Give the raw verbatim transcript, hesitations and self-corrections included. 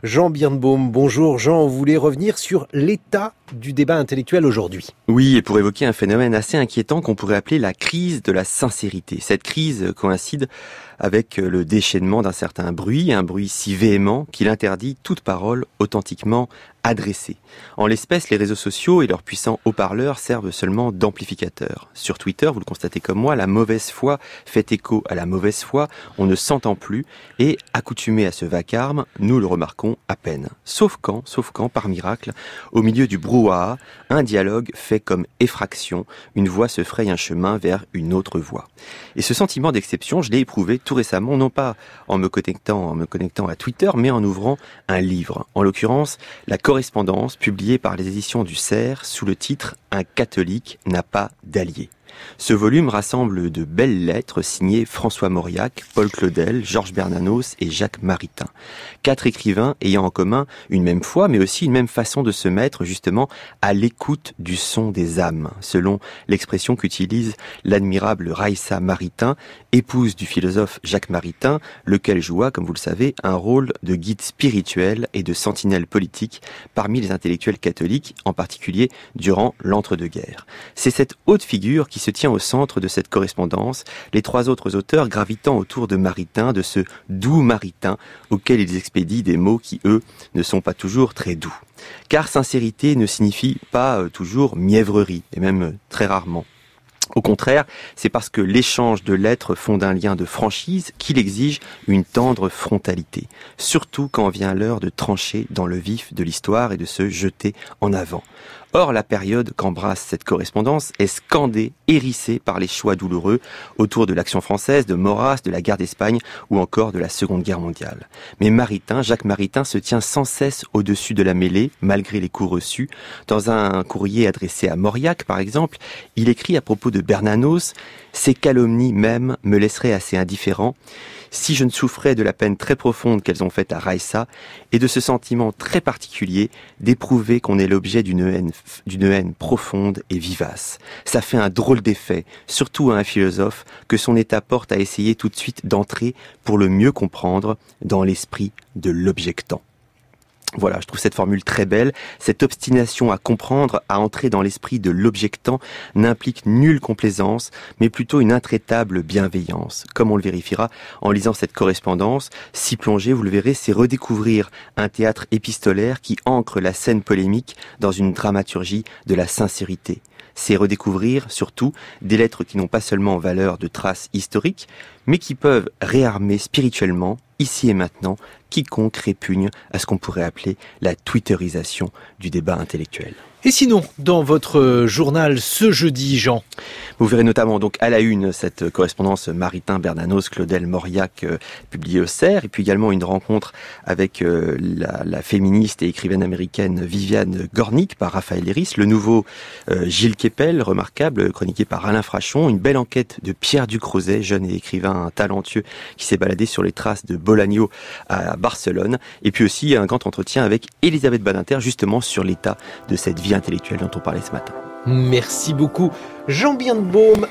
Jean Birnbaum, bonjour. Jean, vous voulez revenir sur l'état du débat intellectuel aujourd'hui? Oui, et pour évoquer un phénomène assez inquiétant qu'on pourrait appeler la crise de la sincérité. Cette crise coïncide avec le déchaînement d'un certain bruit, un bruit si véhément qu'il interdit toute parole authentiquement adressée. En l'espèce, les réseaux sociaux et leurs puissants haut-parleurs servent seulement d'amplificateurs. Sur Twitter, vous le constatez comme moi, la mauvaise foi fait écho à la mauvaise foi, on ne s'entend plus, et accoutumés à ce vacarme, nous le remarquons à peine. Sauf quand, sauf quand, par miracle, au milieu du brouhaha, un dialogue fait comme effraction, une voix se fraye un chemin vers une autre voix. Et ce sentiment d'exception, je l'ai éprouvé tout récemment, non pas en me connectant, en me connectant à Twitter, mais en ouvrant un livre. En l'occurrence, la correspondance publiée par les éditions du Cerf sous le titre « Un catholique n'a pas d'allié ». Ce volume rassemble de belles lettres signées François Mauriac, Paul Claudel, Georges Bernanos et Jacques Maritain. Quatre écrivains ayant en commun une même foi, mais aussi une même façon de se mettre justement à l'écoute du son des âmes, selon l'expression qu'utilise l'admirable Raïssa Maritain, épouse du philosophe Jacques Maritain, lequel joua, comme vous le savez, un rôle de guide spirituel et de sentinelle politique parmi les intellectuels catholiques, en particulier durant l'entre-deux-guerres. C'est cette haute figure qui se tient au centre de cette correspondance, les trois autres auteurs gravitant autour de Maritain, de ce doux Maritain, auquel ils expédient des mots qui, eux, ne sont pas toujours très doux. Car sincérité ne signifie pas euh, toujours mièvrerie, et même euh, très rarement. Au contraire, c'est parce que l'échange de lettres fonde un lien de franchise qu'il exige une tendre frontalité, surtout quand vient l'heure de trancher dans le vif de l'histoire et de se jeter en avant. Or, la période qu'embrasse cette correspondance est scandée, hérissée par les choix douloureux autour de l'Action française, de Maurras, de la guerre d'Espagne ou encore de la Seconde Guerre mondiale. Mais Maritain, Jacques Maritain, se tient sans cesse au-dessus de la mêlée, malgré les coups reçus. Dans un courrier adressé à Mauriac, par exemple, il écrit à propos de Bernanos « Ces calomnies même me laisseraient assez indifférent. Si je ne souffrais de la peine très profonde qu'elles ont faite à Raïssa et de ce sentiment très particulier d'éprouver qu'on est l'objet d'une haine, d'une haine profonde et vivace. Ça fait un drôle d'effet, surtout à un philosophe, que son état porte à essayer tout de suite d'entrer pour le mieux comprendre dans l'esprit de l'objectant. » Voilà, je trouve cette formule très belle. Cette obstination à comprendre, à entrer dans l'esprit de l'objectant, n'implique nulle complaisance, mais plutôt une intraitable bienveillance. Comme on le vérifiera en lisant cette correspondance, s'y plonger, vous le verrez, c'est redécouvrir un théâtre épistolaire qui ancre la scène polémique dans une dramaturgie de la sincérité. C'est redécouvrir, surtout, des lettres qui n'ont pas seulement valeur de traces historiques, mais qui peuvent réarmer spirituellement, ici et maintenant, quiconque répugne à ce qu'on pourrait appeler la twitterisation du débat intellectuel. Et sinon, dans votre journal ce jeudi, Jean? Vous verrez notamment donc à la une cette correspondance Maritain, Bernanos, Claudel, Mauriac euh, publiée au Cerf, et puis également une rencontre avec euh, la, la féministe et écrivaine américaine Viviane Gornick par Raphaël Héris, le nouveau euh, Gilles Kepel, remarquable, chroniqué par Alain Frachon, une belle enquête de Pierre Ducrozet, jeune et écrivain talentueux qui s'est baladé sur les traces de Bolaño à Barcelone, et puis aussi un grand entretien avec Elisabeth Badinter, justement sur l'état de cette vie intellectuelle dont on parlait ce matin. Merci beaucoup, Jean Birnbaum.